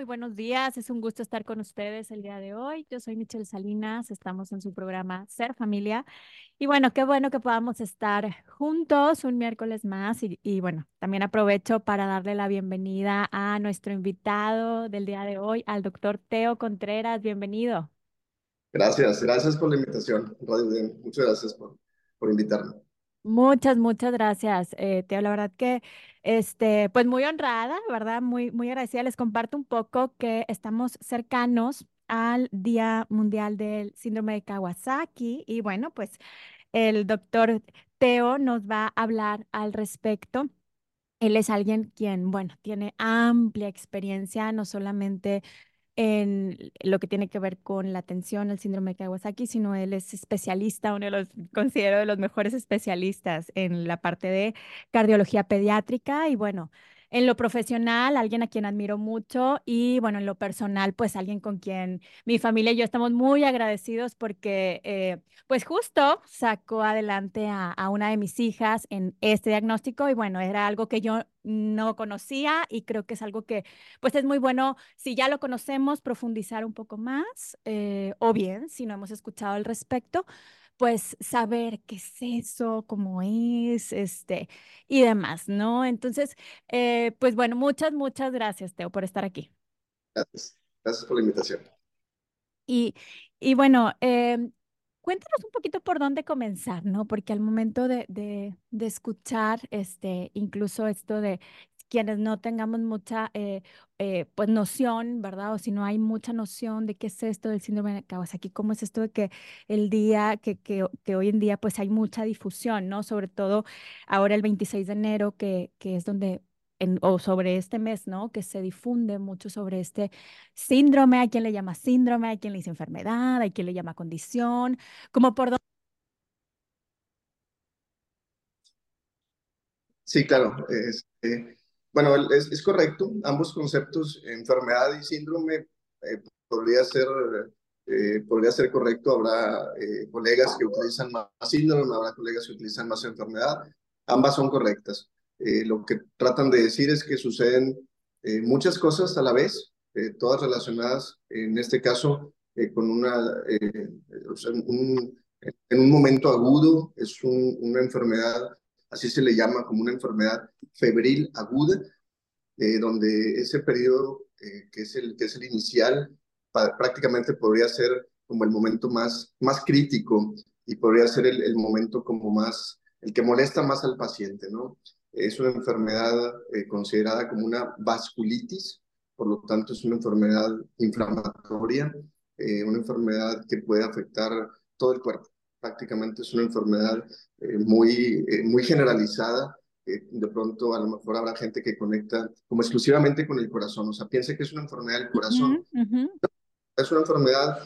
muy buenos días. Es un gusto estar con ustedes el día de hoy. Yo soy Michelle Salinas, estamos en su programa Ser Familia. Y bueno, qué bueno que podamos estar juntos un miércoles más. Y bueno, también aprovecho para darle la bienvenida a nuestro invitado del día de hoy, al doctor Teo Contreras. Bienvenido. Gracias por la invitación, Radio Bien. Muchas gracias por invitarme. Muchas gracias, Teo. La verdad que, pues muy honrada, ¿verdad? Muy agradecida. Les comparto un poco que estamos cercanos al Día Mundial del Síndrome de Kawasaki y bueno, pues el doctor Teo nos va a hablar al respecto. Él es alguien quien, bueno, tiene amplia experiencia, no solamente en lo que tiene que ver con la atención al síndrome de Kawasaki, sino él es especialista, uno de los, considero de los mejores especialistas en la parte de cardiología pediátrica y bueno, en lo profesional, alguien a quien admiro mucho y bueno, en lo personal, pues alguien con quien mi familia y yo estamos muy agradecidos porque pues justo sacó adelante a una de mis hijas en este diagnóstico y bueno, era algo que yo no conocía y creo que es algo que pues es muy bueno, si ya lo conocemos, profundizar un poco más, o bien, si no hemos escuchado al respecto, pues saber qué es eso, cómo es, y demás, ¿no? Entonces, pues bueno, muchas gracias, Teo, por estar aquí. Gracias por la invitación. Y, y bueno, cuéntanos un poquito por dónde comenzar, ¿no? Porque al momento de escuchar, incluso esto de quienes no tengamos mucha, pues, noción, ¿verdad? O si no hay mucha noción de qué es esto del síndrome de Kawasaki, cómo es esto de que el día, que hoy en día, pues hay mucha difusión, ¿no? Sobre todo ahora el 26 de enero, que es donde, o sobre este mes, ¿no? Que se difunde mucho sobre este síndrome, hay quien le llama síndrome, hay quien le dice enfermedad, hay quien le llama condición, como por dónde. Sí, claro. Bueno, es correcto. Ambos conceptos, enfermedad y síndrome, podría ser, podría ser correcto. Habrá colegas que utilizan más síndrome, habrá colegas que utilizan más enfermedad. Ambas son correctas. Lo que tratan de decir es que suceden muchas cosas a la vez, todas relacionadas, en este caso, con o sea, en un momento agudo, es una enfermedad, así se le llama, como una enfermedad febril aguda, donde ese periodo que es el inicial prácticamente podría ser como el momento más crítico y podría ser el momento como más, el que molesta más al paciente, ¿no? Es una enfermedad considerada como una vasculitis, por lo tanto es una enfermedad inflamatoria, una enfermedad que puede afectar todo el cuerpo. Prácticamente es una enfermedad muy generalizada. De pronto a lo mejor habrá gente que conecta como exclusivamente con el corazón, o sea, piensa que es una enfermedad del corazón. Ujú, ujú. Es una enfermedad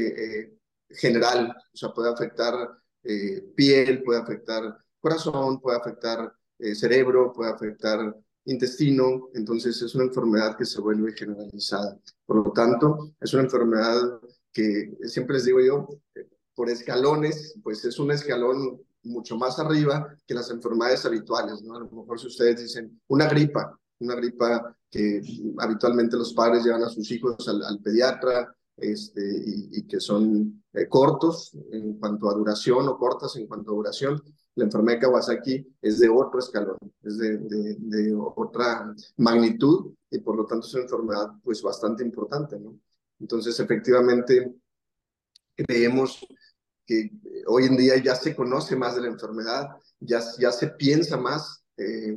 general, o sea, puede afectar piel, puede afectar corazón, puede afectar cerebro, puede afectar intestino, entonces es una enfermedad que se vuelve generalizada. Por lo tanto, es una enfermedad que siempre les digo yo, por escalones, pues es un escalón mucho más arriba que las enfermedades habituales, ¿no? A lo mejor si ustedes dicen una gripa que habitualmente los padres llevan a sus hijos al pediatra, y que son cortos en cuanto a duración o cortas en cuanto a duración. La enfermedad de Kawasaki es de otro escalón, es de otra magnitud y por lo tanto es una enfermedad pues bastante importante, ¿no? Entonces efectivamente creemos que hoy en día ya se conoce más de la enfermedad, ya se piensa más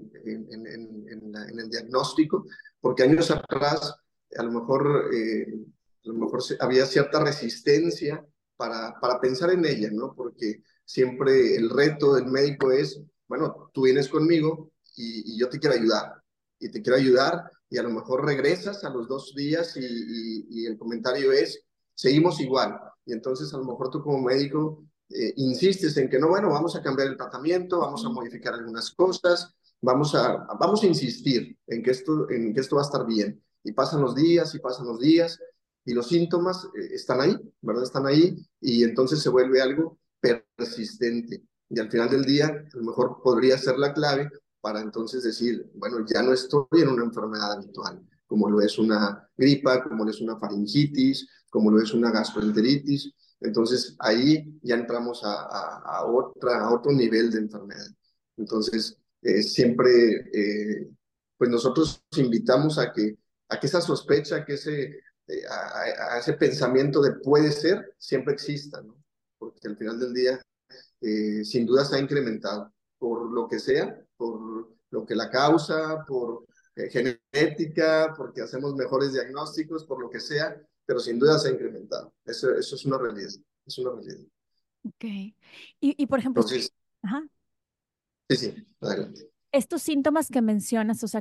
en el diagnóstico, porque años atrás a lo mejor, había cierta resistencia para pensar en ella, ¿no? Porque siempre el reto del médico es, bueno, tú vienes conmigo y yo te quiero ayudar, y te quiero ayudar, y a lo mejor regresas a los 2 días y el comentario es, seguimos igual. Y entonces a lo mejor tú como médico insistes en que no, bueno, vamos a cambiar el tratamiento, vamos a Ujú. modificar algunas cosas, vamos a insistir en que esto va a estar bien. Y pasan los días y pasan los días y los síntomas están ahí, ¿verdad? Están ahí y entonces se vuelve algo persistente. Y al final del día, a lo mejor podría ser la clave para entonces decir, bueno, ya no estoy en una enfermedad habitual, como lo es una gripa, como lo es una faringitis, como lo es una gastroenteritis. Entonces ahí ya entramos a otro nivel de enfermedad. Entonces siempre, pues nosotros invitamos a que esa sospecha, que a ese pensamiento de puede ser, siempre exista, ¿no? Porque al final del día, sin duda se ha incrementado por lo que sea, por lo que la causa, por genética, porque hacemos mejores diagnósticos, por lo que sea, pero sin duda se ha incrementado. Eso es una realidad, es una realidad. Ok. Y por ejemplo, Entonces, ajá, sí, sí, adelante. estos síntomas que mencionas, o sea,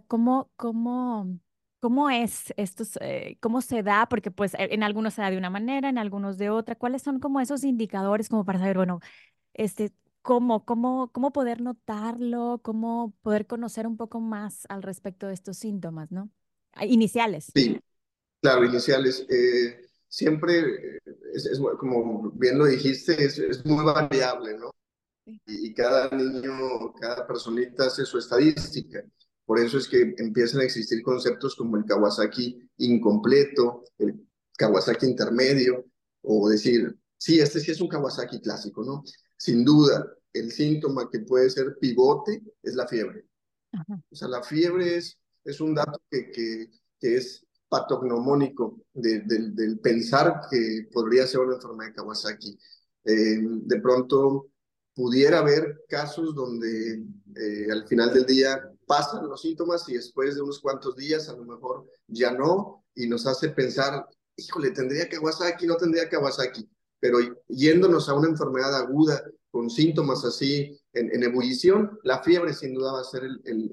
¿cómo es estos, cómo se da? Porque pues en algunos se da de una manera, en algunos de otra. ¿Cuáles son como esos indicadores como para saber, bueno, este, cómo poder notarlo, cómo poder conocer un poco más al respecto de estos síntomas, ¿no? Iniciales. Sí, claro, iniciales. Siempre, como bien lo dijiste, es muy variable, ¿no? Sí. Y cada niño, cada personita hace su estadística. Por eso es que empiezan a existir conceptos como el Kawasaki incompleto, el Kawasaki intermedio, o decir, sí, este sí es un Kawasaki clásico, ¿no? Sin duda, el síntoma que puede ser pivote es la fiebre. Ajá. O sea, la fiebre es un dato que es patognomónico del pensar que podría ser una enfermedad de Kawasaki. De pronto pudiera haber casos donde al final del día pasan los síntomas y después de unos cuantos días a lo mejor ya no y nos hace pensar, híjole, ¿tendría Kawasaki? ¿No tendría Kawasaki? Pero yéndonos a una enfermedad aguda con síntomas así en ebullición, la fiebre sin duda va a ser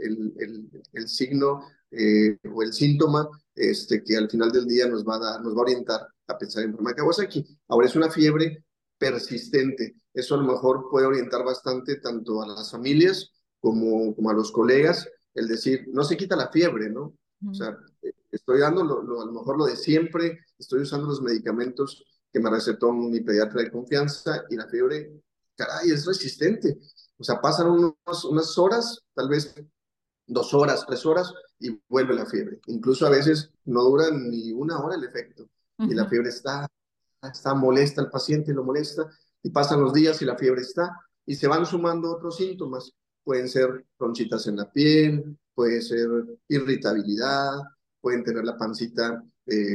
el signo o el síntoma que al final del día nos va a orientar a pensar en enfermedad de Kawasaki. Ahora es una fiebre persistente. Eso a lo mejor puede orientar bastante tanto a las familias como a los colegas, el decir, no se quita la fiebre, ¿no? O Ujú. sea, estoy dando a lo mejor lo de siempre, estoy usando los medicamentos que me recetó mi pediatra de confianza y la fiebre, caray, es resistente. O sea, pasan unas horas, tal vez 2 horas, 3 horas, y vuelve la fiebre. Incluso a veces no dura ni una hora el efecto. Y la Ujú. fiebre está molesta, el paciente lo molesta, y pasan los días y la fiebre está, y se van sumando otros síntomas. Pueden ser ronchitas en la piel, puede ser irritabilidad, pueden tener la pancita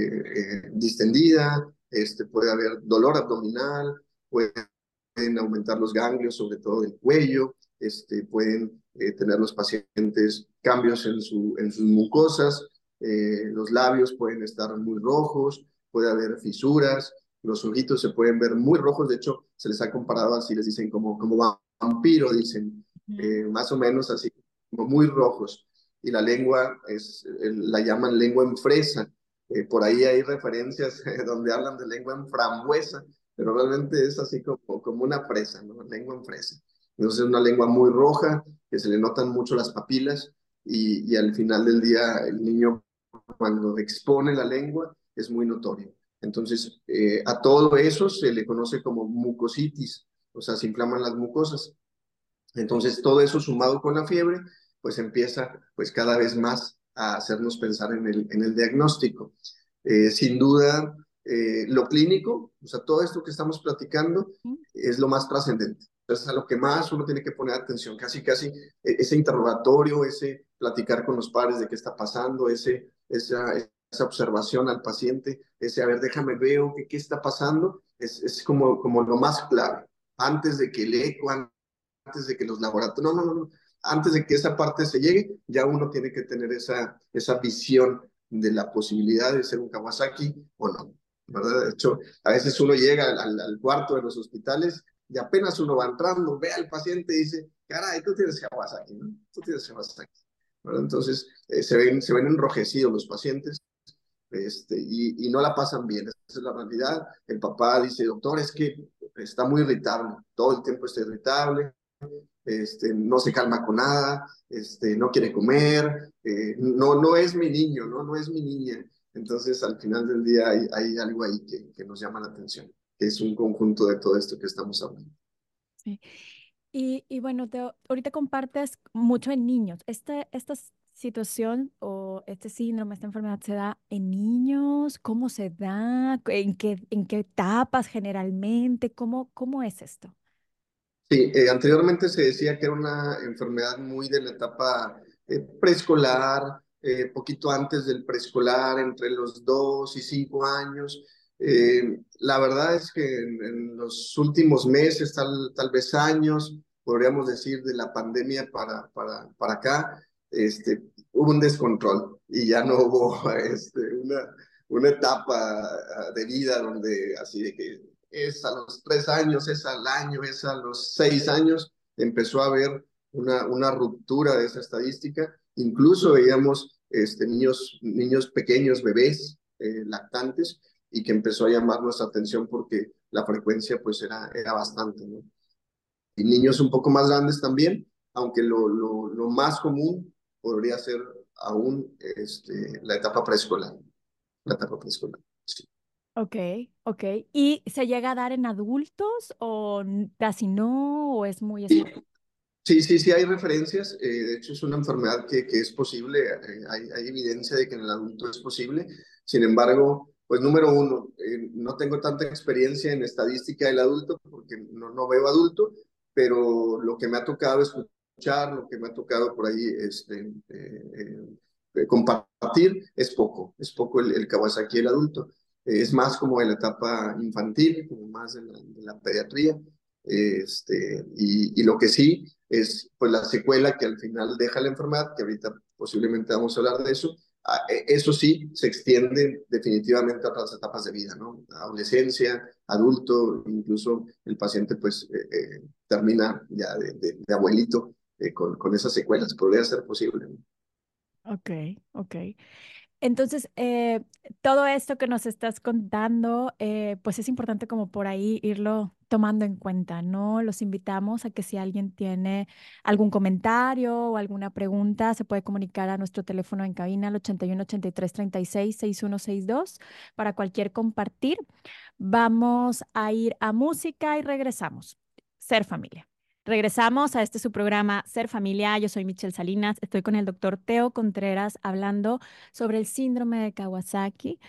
distendida, puede haber dolor abdominal, pueden aumentar los ganglios, sobre todo del cuello, pueden tener los pacientes cambios en sus mucosas, los labios pueden estar muy rojos, puede haber fisuras, los ojitos se pueden ver muy rojos, de hecho se les ha comparado así, les dicen como vampiro, dicen, Ujú. más o menos así, como muy rojos. Y la lengua la llaman lengua en fresa. Por ahí hay referencias donde hablan de lengua en frambuesa, pero realmente es así como una fresa, ¿no? Lengua en fresa. Entonces es una lengua muy roja, que se le notan mucho las papilas y al final del día el niño cuando expone la lengua es muy notorio. Entonces a todo eso se le conoce como mucositis, o sea, se inflaman las mucosas. Entonces todo eso sumado con la fiebre, pues empieza pues cada vez más a hacernos pensar en el diagnóstico. Sin duda, lo clínico, o sea, todo esto que estamos platicando es lo más trascendente. Entonces, a lo que más uno tiene que poner atención, casi, casi ese interrogatorio, ese platicar con los padres de qué está pasando, esa observación al paciente, ese, a ver, déjame veo qué está pasando, es como lo más clave. Antes de que el eco, antes de que los laboratorios, no, no, no, no, antes de que esa parte se llegue, ya uno tiene que tener esa visión de la posibilidad de ser un Kawasaki o no, ¿verdad? De hecho, a veces uno llega al cuarto de los hospitales y apenas uno va entrando, ve al paciente y dice, caray, tú tienes Kawasaki, ¿no? Tú tienes Kawasaki, ¿verdad? Entonces, se ven enrojecidos los pacientes y no la pasan bien. Esa es la realidad. El papá dice, doctor, es que está muy irritable, todo el tiempo está irritable, no se calma con nada, no quiere comer, no es mi niño, no es mi niña. Entonces, al final del día hay algo ahí que nos llama la atención, que es un conjunto de todo esto que estamos hablando. Sí. Y bueno, ahorita compartes mucho en niños. Estos situación o este síndrome, esta enfermedad se da en niños? ¿Cómo se da? En qué etapas generalmente? ¿Cómo es esto? Sí, anteriormente se decía que era una enfermedad muy de la etapa preescolar, poquito antes del preescolar, entre los 2 y 5 años. La verdad es que en los últimos meses, tal vez años, podríamos decir de la pandemia para acá, hubo un descontrol y ya no hubo una etapa de vida donde así de que es a los 3 años, es al año, es a los 6 años, empezó a haber una ruptura de esa estadística. Incluso veíamos niños pequeños, bebés, lactantes, y que empezó a llamar nuestra atención porque la frecuencia pues era bastante, ¿no? Y niños un poco más grandes también, aunque lo más común podría ser aún la etapa preescolar, la etapa preescolar. Sí. Ok, ok. ¿Y se llega a dar en adultos o casi no? ¿O es muy Y específico? sí, sí, sí, hay referencias. De hecho, es una enfermedad que es posible. Hay evidencia de que en el adulto es posible. Sin embargo, pues número uno, no tengo tanta experiencia en estadística del adulto porque no veo adulto, pero lo que me ha tocado escuchar, lo que me ha tocado por ahí compartir, es poco el Kawasaki el adulto. Es más como de la etapa infantil, como más de la pediatría. Y lo que sí es pues la secuela que al final deja la enfermedad, que ahorita posiblemente vamos a hablar de eso. Eso sí se extiende definitivamente a otras etapas de vida, ¿no? Adolescencia, adulto, incluso el paciente pues termina ya de abuelito con esas secuelas, podría ser posible, ¿no? Ok, ok. Entonces, todo esto que nos estás contando, pues es importante como por ahí irlo tomando en cuenta, ¿no? Los invitamos a que si alguien tiene algún comentario o alguna pregunta, se puede comunicar a nuestro teléfono en cabina al 81 83 36 6162 para cualquier compartir. Vamos a ir a música y regresamos. Ser familia. Regresamos a este su programa Ser Familia. Yo soy Michelle Salinas. Estoy con el doctor Teo Contreras hablando sobre el síndrome de Kawasaki.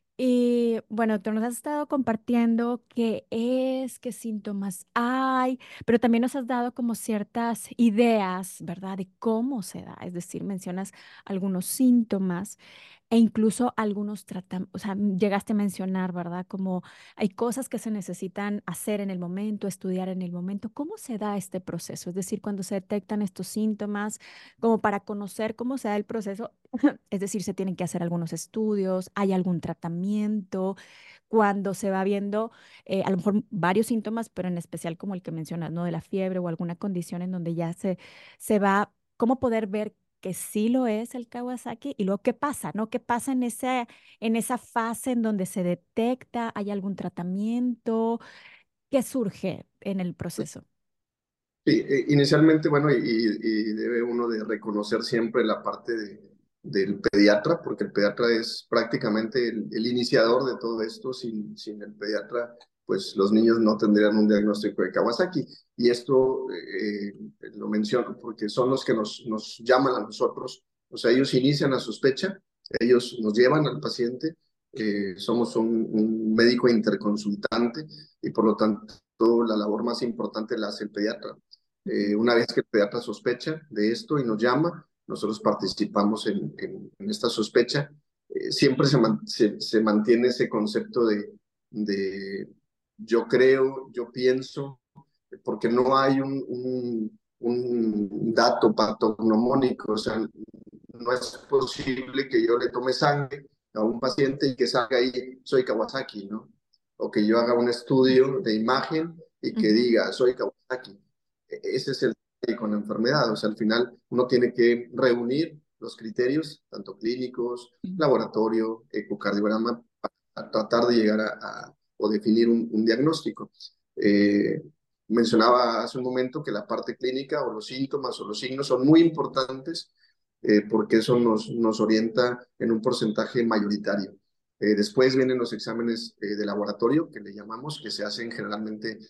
Y bueno, doctor, nos has estado compartiendo qué es, qué síntomas hay, pero también nos has dado como ciertas ideas, ¿verdad?, de cómo se da. Es decir, mencionas algunos síntomas e incluso algunos tratamientos, o sea, llegaste a mencionar, ¿verdad? Como hay cosas que se necesitan hacer en el momento, estudiar en el momento. ¿Cómo se da este proceso? Es decir, cuando se detectan estos síntomas, como para conocer cómo se da el proceso, es decir, se tienen que hacer algunos estudios, hay algún tratamiento, cuando se va viendo a lo mejor varios síntomas, pero en especial como el que mencionas, ¿no? De la fiebre o alguna condición en donde ya se va, cómo poder ver que sí lo es el Kawasaki y luego qué pasa, ¿no? ¿Qué pasa en esa fase en donde se detecta? ¿Hay algún tratamiento? ¿Qué surge en el proceso? Sí, inicialmente, bueno, y debe uno de reconocer siempre la parte del pediatra, porque el pediatra es prácticamente el iniciador de todo esto. Sin el pediatra, pues los niños no tendrían un diagnóstico de Kawasaki. Y esto lo menciono porque son los que nos llaman a nosotros. O sea, ellos inician la sospecha, ellos nos llevan al paciente, somos un médico interconsultante y por lo tanto la labor más importante la hace el pediatra. Ujú. Una vez que el pediatra sospecha de esto y nos llama, nosotros participamos en esta sospecha. Siempre se mantiene ese concepto de yo creo, yo pienso, porque no hay un dato patognomónico. O sea, no es posible que yo le tome sangre a un paciente y que salga ahí, soy Kawasaki, ¿no? O que yo haga un estudio de imagen y que Ujú. diga, soy Kawasaki. Ese es el detalle con la enfermedad. O sea, al final uno tiene que reunir los criterios, tanto clínicos, laboratorio, ecocardiograma, para tratar de llegar o definir un diagnóstico. Eh, Mencionaba hace un momento que la parte clínica o los síntomas o los signos son muy importantes porque eso nos orienta en un porcentaje mayoritario. Después vienen los exámenes de laboratorio, que le llamamos, que se hacen generalmente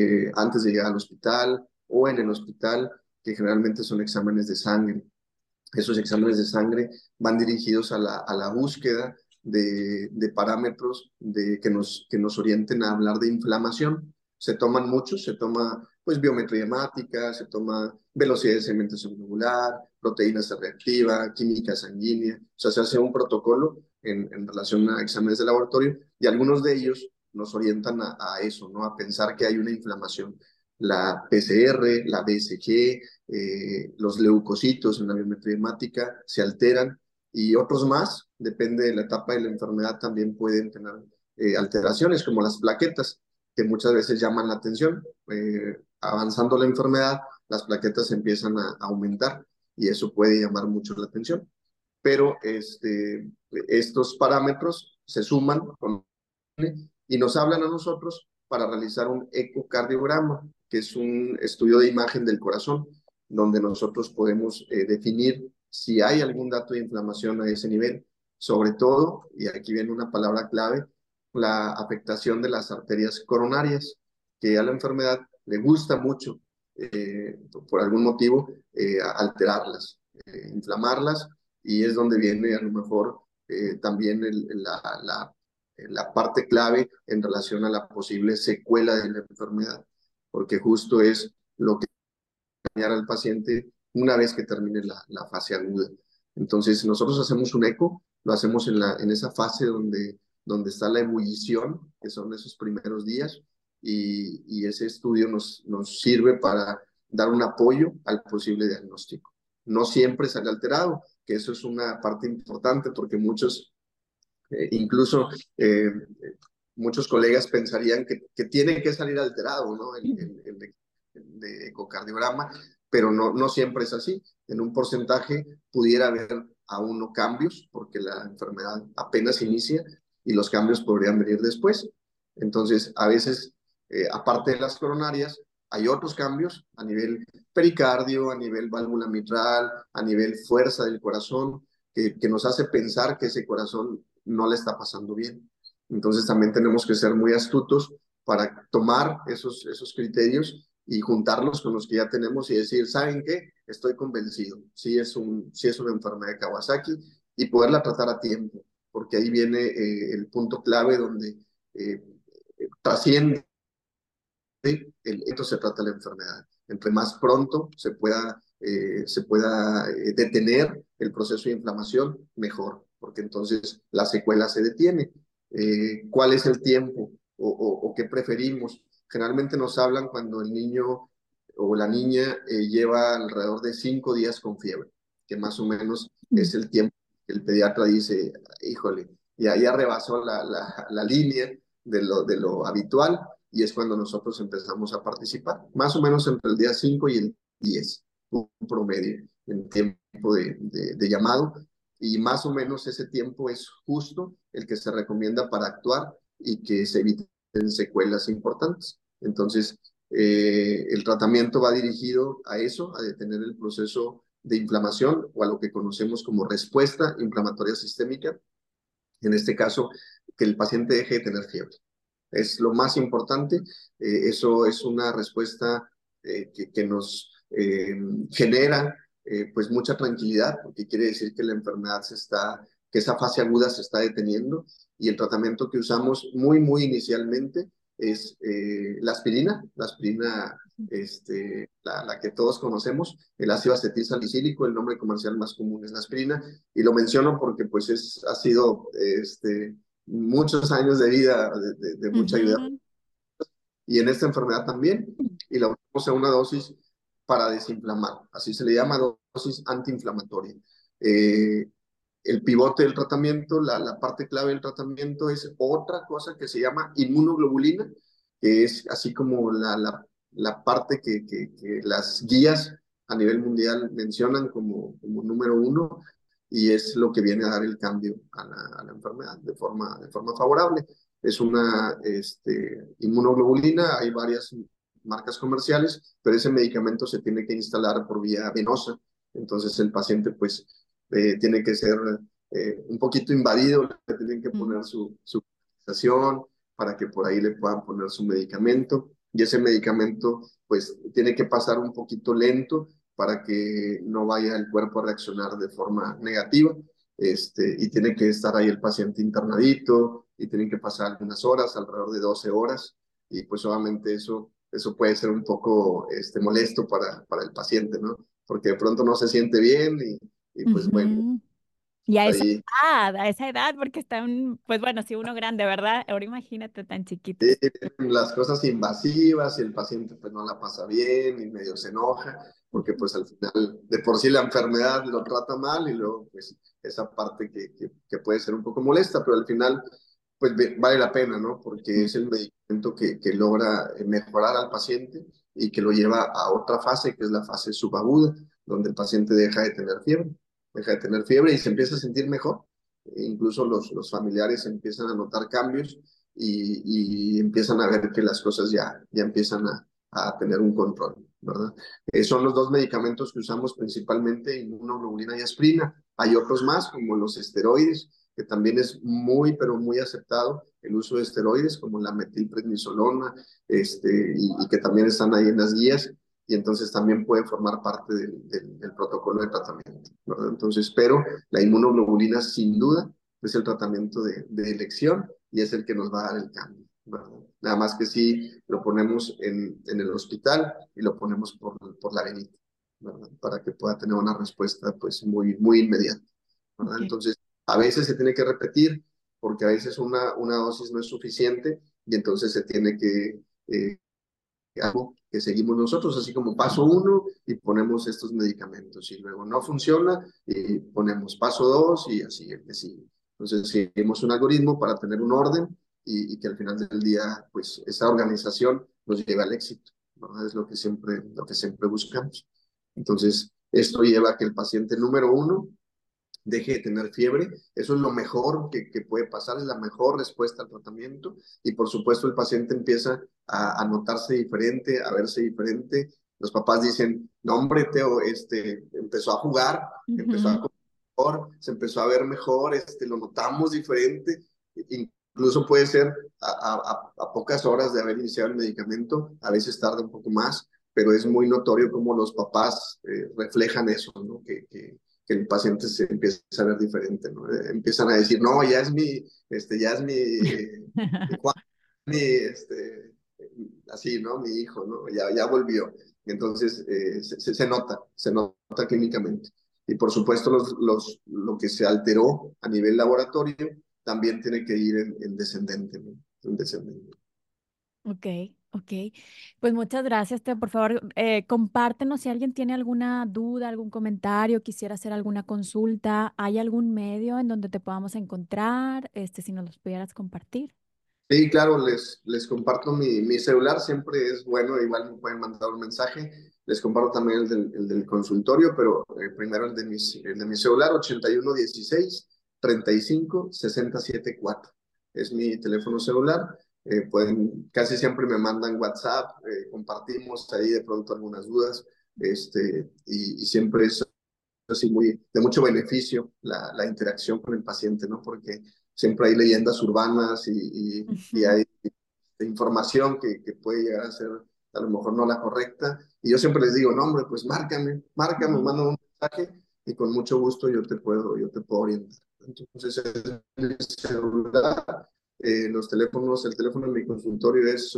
antes de llegar al hospital o en el hospital, que generalmente son exámenes de sangre. Esos exámenes de sangre van dirigidos a la búsqueda de parámetros que nos orienten a hablar de inflamación. Se toman muchos, se toma pues biometría hemática, se toma velocidad de segmentación globular, proteína C reactiva, química sanguínea, o sea, se hace un protocolo en relación a exámenes de laboratorio y algunos de ellos nos orientan a eso, ¿no? A pensar que hay una inflamación. La PCR, la BCG, los leucocitos en la biometría hemática se alteran y otros más, depende de la etapa de la enfermedad, también pueden tener alteraciones como las plaquetas, que muchas veces llaman la atención. Avanzando la enfermedad, las plaquetas empiezan a aumentar y eso puede llamar mucho la atención. Pero estos parámetros se suman con y nos hablan a nosotros para realizar un ecocardiograma, que es un estudio de imagen del corazón, donde nosotros podemos definir si hay algún dato de inflamación a ese nivel, sobre todo, y aquí viene una palabra clave, la afectación de las arterias coronarias, que a la enfermedad le gusta mucho, por algún motivo, alterarlas, inflamarlas, y es donde viene a lo mejor también la parte clave en relación a la posible secuela de la enfermedad, porque justo es lo que dañar al paciente una vez que termine la fase aguda. Entonces, nosotros hacemos un eco, lo hacemos en esa fase donde está la ebullición, que son esos primeros días, y ese estudio nos sirve para dar un apoyo al posible diagnóstico. No siempre sale alterado, que eso es una parte importante porque incluso muchos colegas pensarían que tiene que salir alterado, ¿no? El de ecocardiograma, pero no siempre es así. En un porcentaje pudiera haber aún no cambios, porque la enfermedad apenas inicia y los cambios podrían venir después. Entonces, a veces, aparte de las coronarias, hay otros cambios a nivel pericardio, a nivel válvula mitral, a nivel fuerza del corazón, que nos hace pensar que ese corazón no le está pasando bien. Entonces también tenemos que ser muy astutos para tomar esos criterios y juntarlos con los que ya tenemos y decir, ¿saben qué? Estoy convencido, sí es una enfermedad de Kawasaki y poderla tratar a tiempo, porque ahí viene el punto clave donde eh, trasciende esto se trata de la enfermedad. Entre más pronto se pueda detener el proceso de inflamación, mejor, porque entonces la secuela se detiene. ¿Cuál es el tiempo o qué preferimos? Generalmente nos hablan cuando el niño o la niña lleva alrededor de 5 días con fiebre, que más o menos es el tiempo que el pediatra dice, híjole, ya rebasó la línea de lo habitual y es cuando nosotros empezamos a participar, más o menos entre el día 5 y el 10, un promedio en tiempo de llamado, y más o menos ese tiempo es justo el que se recomienda para actuar y que se eviten secuelas importantes. Entonces, el tratamiento va dirigido a eso, a detener el proceso de inflamación o a lo que conocemos como respuesta inflamatoria sistémica, en este caso, que el paciente deje de tener fiebre. Es lo más importante. Eso es una respuesta que nos genera pues mucha tranquilidad, porque quiere decir que la enfermedad que esa fase aguda se está deteniendo y el tratamiento que usamos muy inicialmente es la aspirina la que todos conocemos, el ácido acetil salicílico, el nombre comercial más común es la aspirina, y lo menciono porque pues ha sido muchos años de vida, de mucha ayuda. Ujú. Y en esta enfermedad también, y la usamos a una dosis para desinflamar, así se le llama dosis antiinflamatoria. Eh, el pivote del tratamiento, la parte clave del tratamiento es otra cosa que se llama inmunoglobulina, que es así como la parte que las guías a nivel mundial mencionan como número uno, y es lo que viene a dar el cambio a la enfermedad de forma favorable. Es una inmunoglobulina, hay varias marcas comerciales, pero ese medicamento se tiene que instalar por vía venosa, entonces el paciente pues tiene que ser un poquito invadido, le tienen que Mm. poner su autorización para que por ahí le puedan poner su medicamento, y ese medicamento pues tiene que pasar un poquito lento para que no vaya el cuerpo a reaccionar de forma negativa. Y tiene que estar ahí el paciente internadito y tienen que pasar algunas horas, alrededor de 12 horas, y pues obviamente eso puede ser un poco molesto para el paciente, ¿no? Porque de pronto no se siente bien y pues bueno, Ujú. Y ahí a esa edad, porque están, pues bueno, si uno grande, ¿verdad? Ahora imagínate tan chiquitos. las cosas invasivas y el paciente pues no la pasa bien y medio se enoja, porque pues al final de por sí la enfermedad lo trata mal y luego pues esa parte que puede ser un poco molesta, pero al final pues vale la pena, ¿no? Porque Ujú. es el medicamento que logra mejorar al paciente y que lo lleva a otra fase, que es la fase subaguda, donde el paciente deja de tener fiebre y se empieza a sentir mejor. Incluso los familiares empiezan a notar cambios y empiezan a ver que las cosas ya empiezan a tener un control, ¿verdad? Son los dos medicamentos que usamos principalmente, inmunoglobulina y aspirina. Hay otros más, como los esteroides, que también es muy, pero muy aceptado el uso de esteroides, como la metilprednisolona, y que también están ahí en las guías, y entonces también puede formar parte del protocolo de tratamiento, ¿verdad? Entonces, pero la inmunoglobulina sin duda es el tratamiento de elección y es el que nos va a dar el cambio, ¿verdad? Nada más que si lo ponemos en el hospital y lo ponemos por la venita, ¿verdad? Para que pueda tener una respuesta pues muy, muy inmediata, ¿verdad? Ok. Entonces, a veces se tiene que repetir porque a veces una dosis no es suficiente y entonces se tiene eh, algo que seguimos nosotros, así como paso uno y ponemos estos medicamentos y luego no funciona y ponemos paso dos y así el que sigue. Entonces, seguimos un algoritmo para tener un orden y que al final del día, pues, esa organización nos lleve al éxito, ¿no? Es lo que siempre buscamos. Entonces, esto lleva a que el paciente número uno deje de tener fiebre. Eso es lo mejor que puede pasar, es la mejor respuesta al tratamiento. Y por supuesto el paciente empieza a notarse diferente, a verse diferente. Los papás dicen, no hombre, Teo, empezó a jugar, empezó a Ujú. comer mejor, se empezó a ver mejor, lo notamos diferente. Incluso puede ser a pocas horas de haber iniciado el medicamento, a veces tarda un poco más, pero es muy notorio cómo los papás reflejan eso, ¿no? Que el paciente se empieza a ver diferente, ¿no? Empiezan a decir, no, ya es mi Juan, así, ¿no? Mi hijo, ¿no? Ya volvió. Entonces, se nota clínicamente. Y por supuesto, lo que se alteró a nivel laboratorio también tiene que ir en descendente, ¿no? En descendente. Ok, ok. Pues muchas gracias, Teo. Por favor, compártenos si alguien tiene alguna duda, algún comentario, quisiera hacer alguna consulta. ¿Hay algún medio en donde te podamos encontrar? Si nos los pudieras compartir. Sí, claro, les comparto mi celular, siempre es bueno, igual me pueden mandar un mensaje. Les comparto también el del consultorio, pero primero el de mi celular, 8116 35 60 74. Es mi teléfono celular. Casi siempre me mandan WhatsApp, compartimos ahí de pronto algunas dudas, y siempre es así de mucho beneficio la interacción con el paciente, ¿no? Porque siempre hay leyendas urbanas y Ujú, hay información que puede llegar a ser a lo mejor no la correcta. Y yo siempre les digo, no, hombre, pues márcame, ujú. manda un mensaje y con mucho gusto yo te puedo orientar. Entonces, el celular, el teléfono de mi consultorio es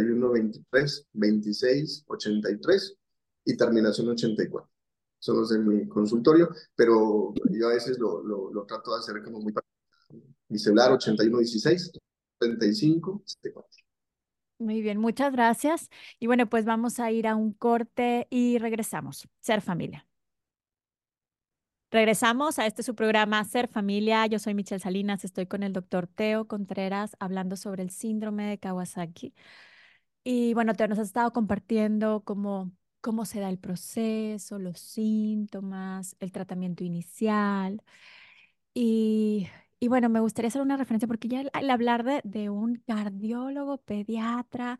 8123 26 83 y terminación 84. Son los de mi consultorio, pero yo a veces lo trato de hacer como muy... Mi celular 8116 35 74. Muy bien, muchas gracias. Y bueno, pues vamos a ir a un corte y regresamos. Ser familia. Regresamos a este su programa Ser Familia. Yo soy Michelle Salinas, estoy con el doctor Teo Contreras hablando sobre el síndrome de Kawasaki. Y bueno, Teo nos has estado compartiendo cómo se da el proceso, los síntomas, el tratamiento inicial. Y, y bueno, me gustaría hacer una referencia porque ya al hablar de un cardiólogo pediatra,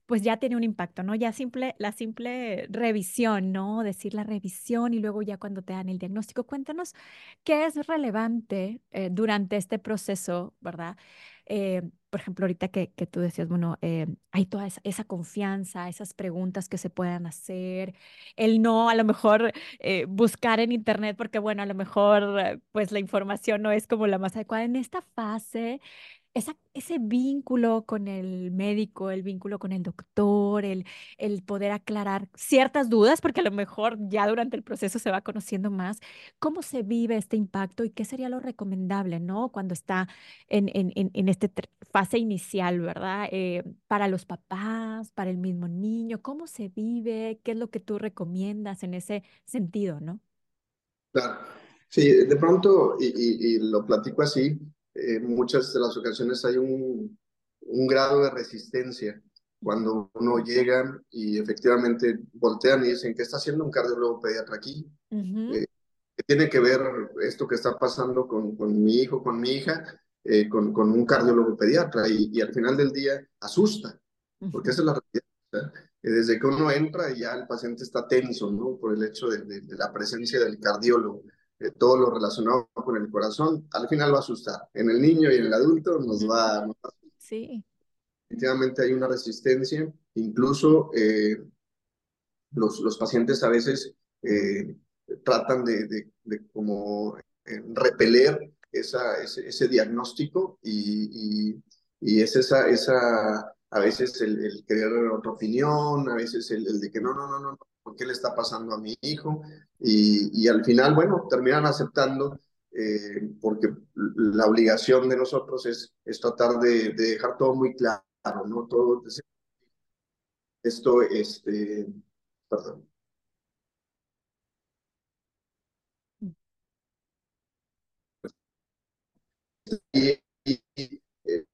pues ya tiene un impacto, ¿no? Ya la simple revisión, ¿no? Decir la revisión y luego ya cuando te dan el diagnóstico, cuéntanos qué es relevante durante este proceso, ¿verdad? Por ejemplo, ahorita que tú decías, bueno, hay toda esa confianza, esas preguntas que se puedan hacer, el no, a lo mejor buscar en internet, porque bueno, a lo mejor pues la información no es como la más adecuada en esta fase ese vínculo con el médico, el vínculo con el doctor, el poder aclarar ciertas dudas, porque a lo mejor ya durante el proceso se va conociendo más, cómo se vive este impacto y qué sería lo recomendable, ¿no? Cuando está en esta fase inicial, ¿verdad? Para los papás, para el mismo niño, ¿cómo se vive? ¿Qué es lo que tú recomiendas en ese sentido, ¿no? Claro. Sí, de pronto, y lo platico así, muchas de las ocasiones hay un grado de resistencia cuando uno llega y efectivamente voltean y dicen, ¿qué está haciendo un cardiólogo pediatra aquí? Ujú, Eh, ¿Qué tiene que ver esto que está pasando con mi hijo, con mi hija, con un cardiólogo pediatra? Y al final del día asusta, porque ujú, esa es la realidad. ¿Verdad? Desde que uno entra y ya el paciente está tenso, ¿no? Por el hecho de la presencia del cardiólogo, todo lo relacionado con el corazón, al final va a asustar. En el niño y en el adulto ujú. Sí. definitivamente hay una resistencia, incluso los pacientes a veces eh, tratan de como repeler ese diagnóstico y es a veces el querer otra opinión, a veces el de que no, ¿por qué le está pasando a mi hijo? Y al final, bueno, terminan aceptando porque la obligación de nosotros es tratar de dejar todo muy claro, ¿no? Todo esto, perdón. Y, eh,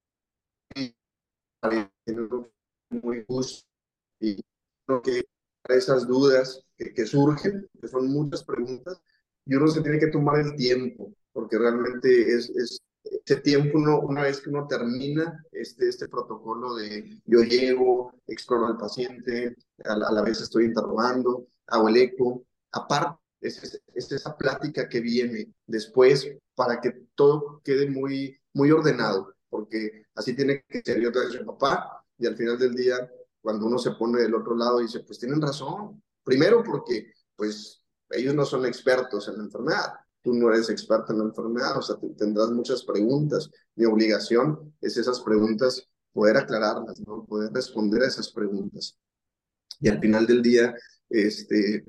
muy justo y creo que esas dudas que surgen, que son muchas preguntas, y uno se tiene que tomar el tiempo, porque realmente es ese tiempo, una vez que uno termina este protocolo de yo llego, exploro al paciente, a la vez estoy interrogando, hago el eco, aparte, es esa plática que viene después para que todo quede muy ordenado, porque así tiene que ser. Yo te decía, papá, y al final del día, cuando uno se pone del otro lado, dice, pues tienen razón. Primero porque, pues, ellos no son expertos en la enfermedad. Tú no eres experto en la enfermedad, o sea, tendrás muchas preguntas. Mi obligación es esas preguntas, poder aclararlas, ¿no? Poder responder a esas preguntas. Y al final del día, este,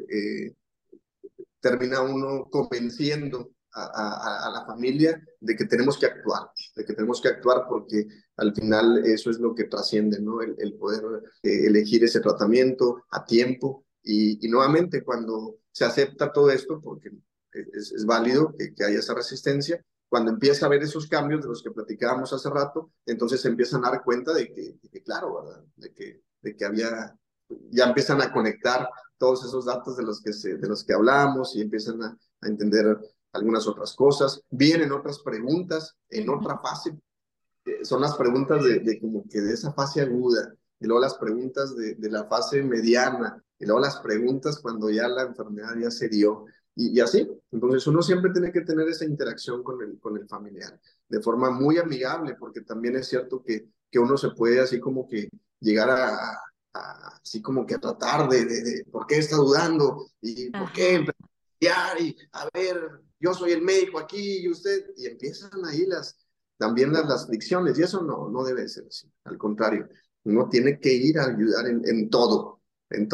termina uno convenciendo a la familia de que tenemos que actuar, de que tenemos que actuar porque al final eso es lo que trasciende, ¿no? El poder elegir ese tratamiento a tiempo y nuevamente cuando se acepta todo esto, porque es válido que haya esa resistencia, cuando empieza a haber esos cambios de los que platicábamos hace rato, entonces se empiezan a dar cuenta de que claro, ¿verdad? De que había, ya empiezan a conectar todos esos datos de los que hablamos y empiezan a entender algunas otras cosas. Vienen otras preguntas en otra Ujú, fase, son las preguntas como que de esa fase aguda, y luego las preguntas de la fase mediana, y luego las preguntas cuando ya la enfermedad ya se dio, y así. Entonces uno siempre tiene que tener esa interacción con el familiar, de forma muy amigable, porque también es cierto que uno se puede así como que llegar así como que a tratar de por qué está dudando y por qué ajá. empezar y a ver, yo soy el médico aquí y usted, y empiezan ahí también las fricciones, y eso no debe ser así. Al contrario, uno tiene que ir a ayudar en todo,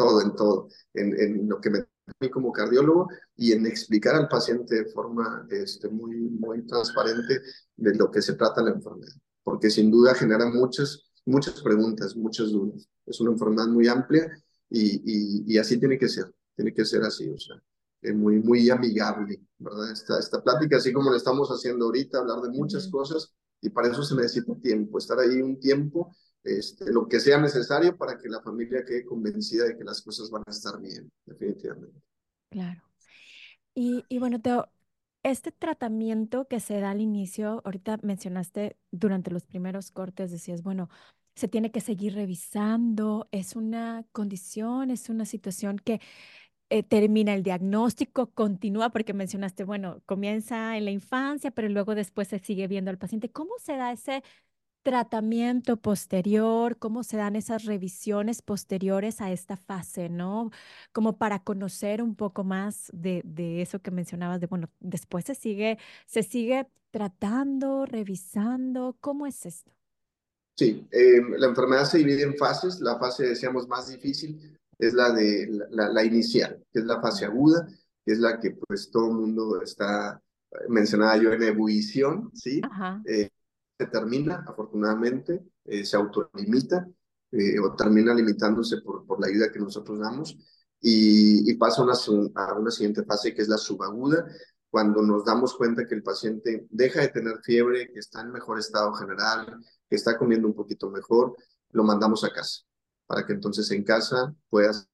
en lo que me a mí como cardiólogo y en explicar al paciente de forma muy transparente de lo que se trata la enfermedad, porque sin duda genera muchas preguntas, muchas dudas. Es una enfermedad muy amplia y así tiene que ser así, o sea, muy amigable, ¿verdad? Esta plática, así como lo estamos haciendo ahorita, hablar de muchas Ujú. cosas y para eso se necesita tiempo, estar ahí un tiempo, lo que sea necesario para que la familia quede convencida de que las cosas van a estar bien, definitivamente. Claro. Y bueno, Teo, este tratamiento que se da al inicio, ahorita mencionaste durante los primeros cortes, decías, bueno, se tiene que seguir revisando, es una condición, es una situación que termina el diagnóstico, continúa, porque mencionaste, bueno, comienza en la infancia, pero luego después se sigue viendo al paciente. ¿Cómo se da ese tratamiento posterior? ¿Cómo se dan esas revisiones posteriores a esta fase, ¿no? Como para conocer un poco más de eso que mencionabas, de, bueno, después se sigue tratando, revisando. ¿Cómo es esto? Sí, la enfermedad se divide en fases. La fase, decíamos, más difícil es la de la inicial, que es la fase aguda, que es la que pues todo el mundo está, mencionaba yo, en ebullición, ¿sí? Ajá. Se termina, afortunadamente, se autolimita o termina limitándose por la ayuda que nosotros damos y pasa a una siguiente fase que es la subaguda, cuando nos damos cuenta que el paciente deja de tener fiebre, que está en mejor estado general, que está comiendo un poquito mejor, lo mandamos a casa, para que entonces en casa puedas,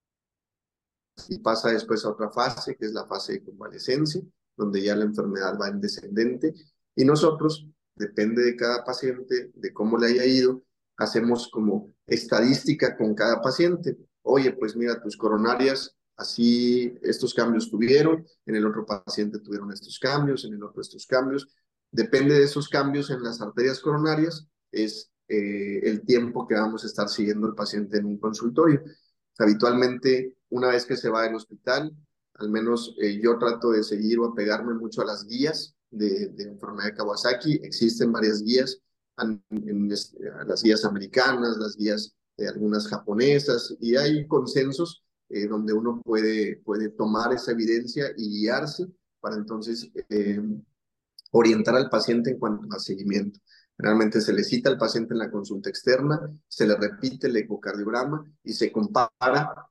y pasa después a otra fase, que es la fase de convalescencia, donde ya la enfermedad va en descendente, y nosotros, depende de cada paciente, de cómo le haya ido, hacemos como estadística con cada paciente. Oye, pues mira, tus coronarias, así estos cambios tuvieron, en el otro paciente tuvieron estos cambios, en el otro estos cambios. Depende de esos cambios en las arterias coronarias, es el tiempo que vamos a estar siguiendo el paciente en un consultorio. Habitualmente, una vez que se va del hospital, al menos yo trato de seguir o apegarme mucho a las guías de enfermedad de Kawasaki. Existen varias guías, las guías americanas, las guías de algunas japonesas, y hay consensos donde uno puede tomar esa evidencia y guiarse para entonces orientar al paciente en cuanto a seguimiento. Realmente se le cita al paciente en la consulta externa, se le repite el ecocardiograma y se compara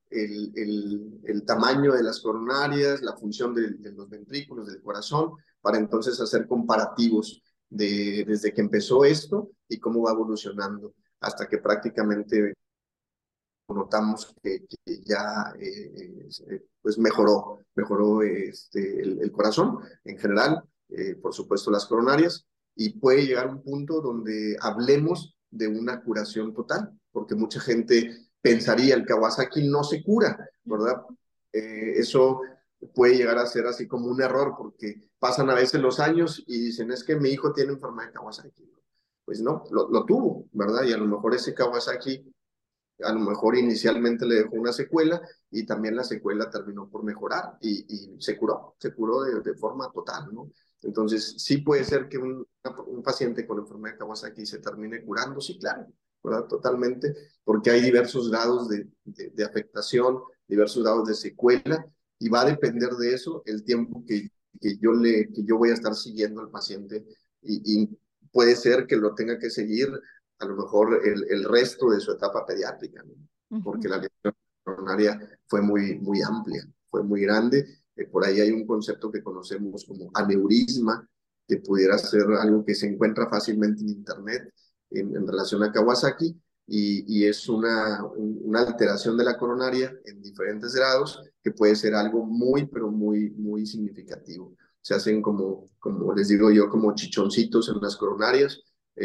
el tamaño de las coronarias, la función de los ventrículos, del corazón, para entonces hacer comparativos desde que empezó esto y cómo va evolucionando hasta que prácticamente notamos que ya pues mejoró el corazón en general, por supuesto las coronarias, y puede llegar a un punto donde hablemos de una curación total, porque mucha gente pensaría el Kawasaki no se cura, ¿verdad? Eso puede llegar a ser así como un error, porque pasan a veces los años y dicen, es que mi hijo tiene enfermedad de Kawasaki. Pues no, lo tuvo, ¿verdad? Y a lo mejor ese Kawasaki a lo mejor inicialmente le dejó una secuela y también la secuela terminó por mejorar y se curó de forma total, ¿no? Entonces, sí puede ser que un paciente con enfermedad de Kawasaki se termine curando, sí, claro, ¿verdad? Totalmente, porque hay diversos grados de afectación, diversos grados de secuela, y va a depender de eso el tiempo que yo voy a estar siguiendo al paciente, y puede ser que lo tenga que seguir a lo mejor el resto de su etapa pediátrica, ¿no? Porque Ujú. la lesión coronaria fue muy amplia, fue muy grande. Por ahí hay un concepto que conocemos como aneurisma, que pudiera ser algo que se encuentra fácilmente en Internet en relación a Kawasaki, y es una alteración de la coronaria en diferentes grados que puede ser algo pero muy significativo. Se hacen como les digo yo, como chichoncitos en las coronarias,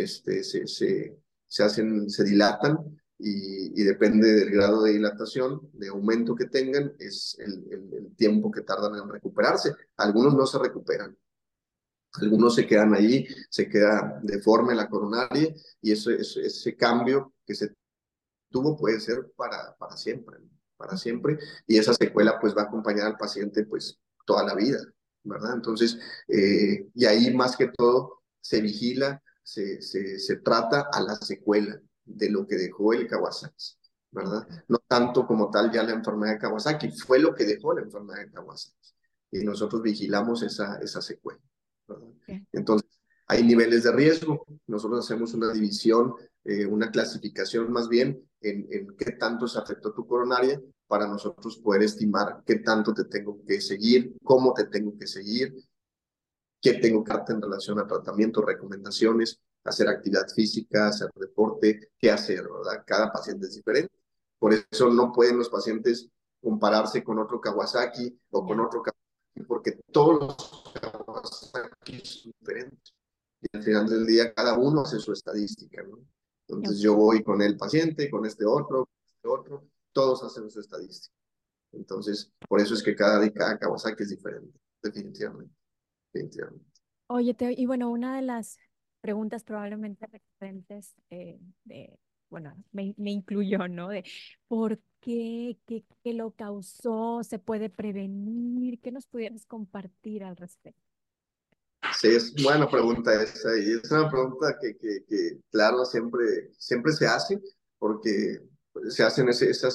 se dilatan y depende del grado de dilatación, de aumento que tengan, es el tiempo que tardan en recuperarse. Algunos no se recuperan, algunos se quedan ahí, se queda deforme la coronaria y ese cambio que se tuvo puede ser para siempre, ¿no? Para siempre, y esa secuela pues va a acompañar al paciente pues toda la vida, ¿verdad? Entonces, y ahí más que todo se vigila, se trata a la secuela de lo que dejó el Kawasaki, ¿verdad? Ok. No tanto como tal ya la enfermedad de Kawasaki, fue lo que dejó la enfermedad de Kawasaki, y nosotros vigilamos esa secuela, ¿verdad? Ok. Entonces, hay niveles de riesgo, nosotros hacemos una división, una clasificación más bien en qué tanto se afectó tu coronaria para nosotros poder estimar qué tanto te tengo que seguir, cómo te tengo que seguir, qué tengo que darte en relación a tratamiento, recomendaciones, hacer actividad física, hacer deporte, qué hacer, ¿verdad? Cada paciente es diferente. Por eso no pueden los pacientes compararse con otro Kawasaki o con Ya. otro Kawasaki, porque todos los Kawasaki son diferentes. Y al final del día, cada uno hace su estadística, ¿no? Entonces Ok. yo voy con el paciente, con este otro, todos hacen su estadística. Entonces, por eso es que cada Kawasaki es diferente, definitivamente, definitivamente. Oye, y bueno, una de las preguntas probablemente recurrentes bueno, me incluyó, ¿no? De ¿por qué? ¿Qué lo causó? ¿Se puede prevenir? ¿Qué nos pudieras compartir al respecto? Sí, es buena pregunta esa y es una pregunta claro, siempre se hace porque se hacen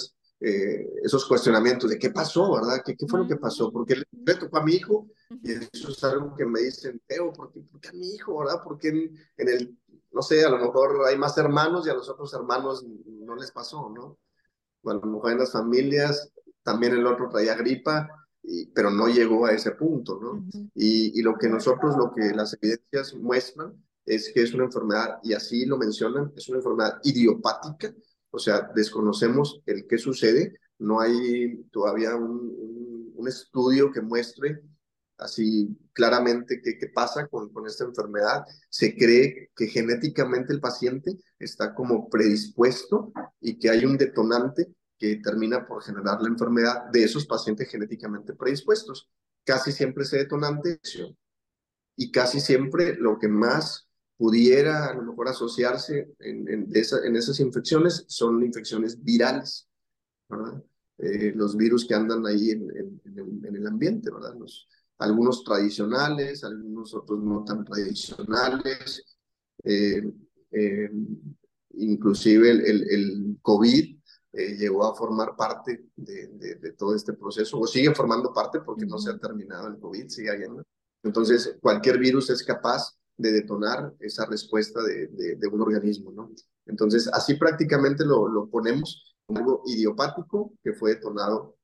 esos cuestionamientos de qué pasó, ¿verdad? ¿Qué fue lo que pasó? ¿Por qué le tocó a mi hijo? Y Ujú, eso es algo que me dicen, Teo, por qué a mi hijo, verdad? Porque en el, no sé, a lo mejor hay más hermanos y a los otros hermanos no les pasó, ¿no? O a lo mejor en las familias también el otro traía gripa, pero no llegó a ese punto, ¿no? ujú, Y lo que las evidencias muestran es que es una enfermedad, y así lo mencionan, es una enfermedad idiopática, o sea, desconocemos el qué sucede, no hay todavía un estudio que muestre así claramente qué pasa con esta enfermedad. Se cree que genéticamente el paciente está como predispuesto y que hay un detonante que termina por generar la enfermedad de esos pacientes genéticamente predispuestos. Casi siempre ese detonante y casi siempre lo que más pudiera a lo mejor asociarse en esas infecciones son infecciones virales, ¿verdad? Los virus que andan ahí en el ambiente, ¿verdad? Algunos tradicionales, algunos otros no tan tradicionales, eh, eh, inclusive el COVID llegó a formar parte de todo este proceso, o sigue formando parte porque no se ujú. ha terminado el COVID, sigue habiendo. Entonces, cualquier virus es capaz de detonar esa respuesta de un organismo, ¿no? Entonces, así prácticamente lo ponemos como algo idiopático que fue detonado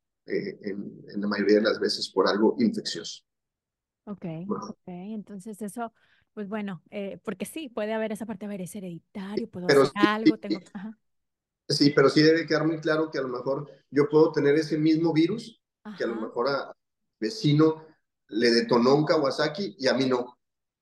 en la mayoría de las veces por algo infeccioso. Ok, Bueno, ok. Entonces eso, pues bueno, porque sí, puede haber esa parte, a ver, es hereditario, puedo pero hacer algo, tengo... Ajá, sí, pero sí debe quedar muy claro que a lo mejor yo puedo tener ese mismo virus que a lo ajá, mejor a vecino le detonó un Kawasaki y a mí no.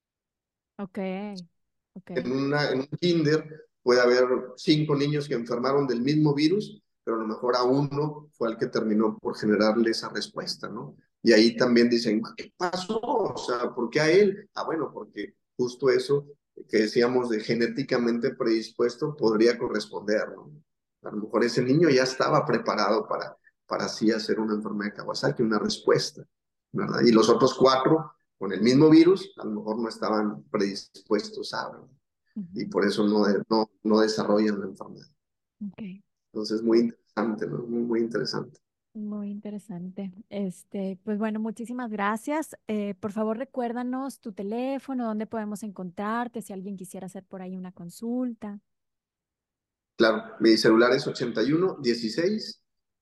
ok, ok. En un kinder puede haber 5 niños que enfermaron del mismo virus, pero a lo mejor a uno fue el que terminó por generarle esa respuesta, ¿no? Y ahí también dicen, ¿qué pasó? O sea, ¿por qué a él? Ah, bueno, porque justo eso que decíamos de genéticamente predispuesto podría corresponder, ¿no? A lo mejor ese niño ya estaba preparado para así hacer una enfermedad de Kawasaki, una respuesta, ¿verdad? Y los otros 4 con el mismo virus, a lo mejor no estaban predispuestos a, ¿verdad? Y Ujú, por eso no desarrollan la enfermedad. ok. Entonces, muy interesante, ¿no? Muy, muy interesante. Muy interesante. Pues bueno, muchísimas gracias. Por favor, recuérdanos tu teléfono, dónde podemos encontrarte, si alguien quisiera hacer por ahí una consulta. Claro, mi celular es 81 16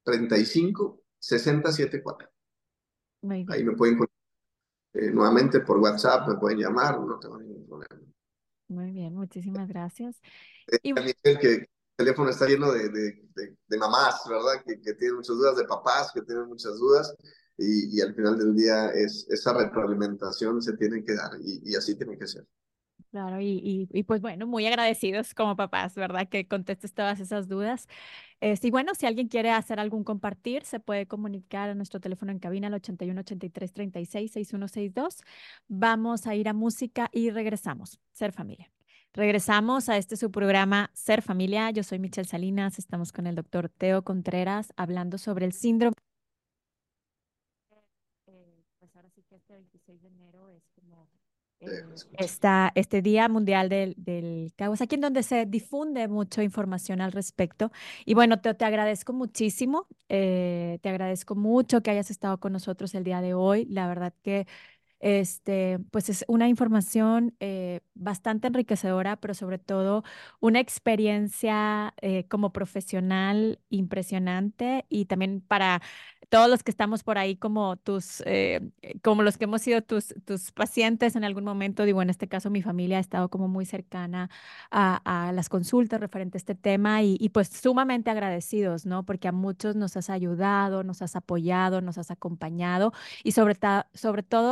35 60 74. Muy Ahí bien, me pueden nuevamente por WhatsApp, me pueden llamar, no tengo ningún problema. muy bien, muchísimas gracias. Y Dicen que el teléfono está lleno de mamás, ¿verdad? Que tienen muchas dudas, de papás que tienen muchas dudas, y al final del día esa retroalimentación se tiene que dar, y así tiene que ser. claro, pues bueno, muy agradecidos como papás, ¿verdad? Que contestes todas esas dudas. Y bueno, si alguien quiere hacer algún compartir, se puede comunicar a nuestro teléfono en cabina al 81 83 36 6162. Vamos a ir a música y regresamos. Ser familia. Regresamos a este su programa Ser Familia. Yo soy Michelle Salinas. Estamos con el doctor Teo Contreras hablando sobre el síndrome. Pues ahora sí que este 26 de enero es como Escucha. este Día Mundial del Kawasaki, en donde se difunde mucha información al respecto. Y bueno, te agradezco muchísimo, te agradezco mucho que hayas estado con nosotros el día de hoy. La verdad que pues es una información bastante enriquecedora, pero sobre todo una experiencia como profesional impresionante y también para todos los que estamos por ahí como como los que hemos sido tus pacientes en algún momento. Digo, en este caso mi familia ha estado como muy cercana a las consultas referente a este tema y pues sumamente agradecidos, ¿no? Porque a muchos nos has ayudado, nos has apoyado, nos has acompañado y sobre todo salir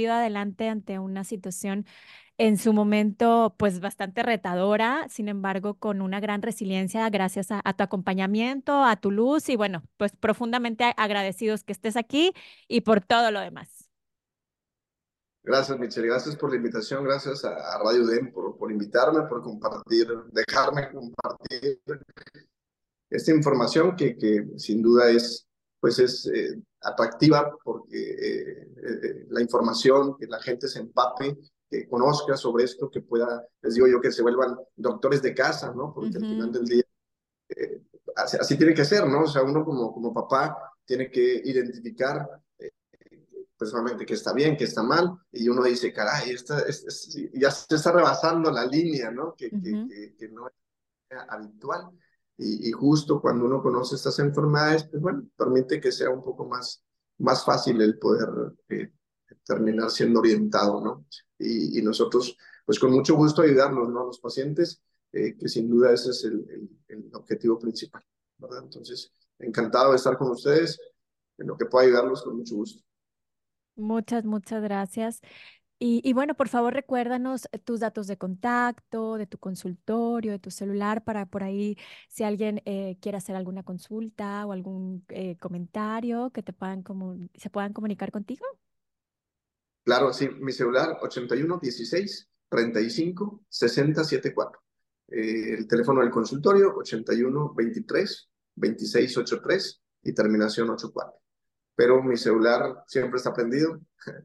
salido adelante ante una situación en su momento, pues bastante retadora, sin embargo, con una gran resiliencia gracias a tu acompañamiento, a tu luz y bueno, pues profundamente agradecidos que estés aquí y por todo lo demás. Gracias, Michelle. Gracias por la invitación. Gracias a Radio DEM por invitarme, por compartir, dejarme compartir esta información que sin duda es, pues es atractiva porque la información, que la gente se empape, que conozca sobre esto, que pueda, les digo yo, que se vuelvan doctores de casa, ¿no? Porque al final Ujú, del día eh, así tiene que ser, ¿no? O sea, uno como papá tiene que identificar personalmente que está bien, que está mal, y uno dice, caray, ya se está rebasando la línea, ¿no? ujú. Que no habitual. Y justo cuando uno conoce estas enfermedades, pues bueno, permite que sea un poco más fácil el poder terminar siendo orientado, ¿no? Y nosotros, pues con mucho gusto ayudarnos, ¿no? A los pacientes, que sin duda ese es el objetivo principal, ¿verdad? Entonces, encantado de estar con ustedes, en lo que pueda ayudarlos con mucho gusto. Muchas, muchas gracias. Y bueno, por favor, recuérdanos tus datos de contacto, de tu consultorio, de tu celular, para por ahí, si alguien quiere hacer alguna consulta o algún comentario, que te puedan se puedan comunicar contigo. Claro, sí, mi celular 81 16 35 60 74. El teléfono del consultorio 81 23 26 83 y terminación 84. Pero mi celular siempre está prendido,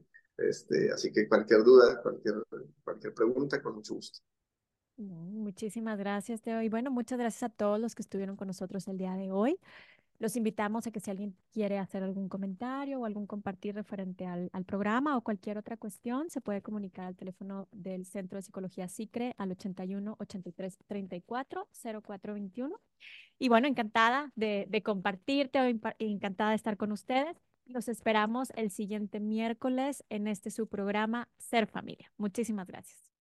así que cualquier duda, cualquier pregunta, con mucho gusto. Muchísimas gracias, Teo. Y bueno, muchas gracias a todos los que estuvieron con nosotros el día de hoy. Los invitamos a que si alguien quiere hacer algún comentario o algún compartir referente al programa o cualquier otra cuestión, se puede comunicar al teléfono del Centro de Psicología SICRE al 81 83 34 04 21. Y bueno, encantada de compartirte, encantada de estar con ustedes. Los esperamos el siguiente miércoles en este su programa Ser Familia. Muchísimas gracias.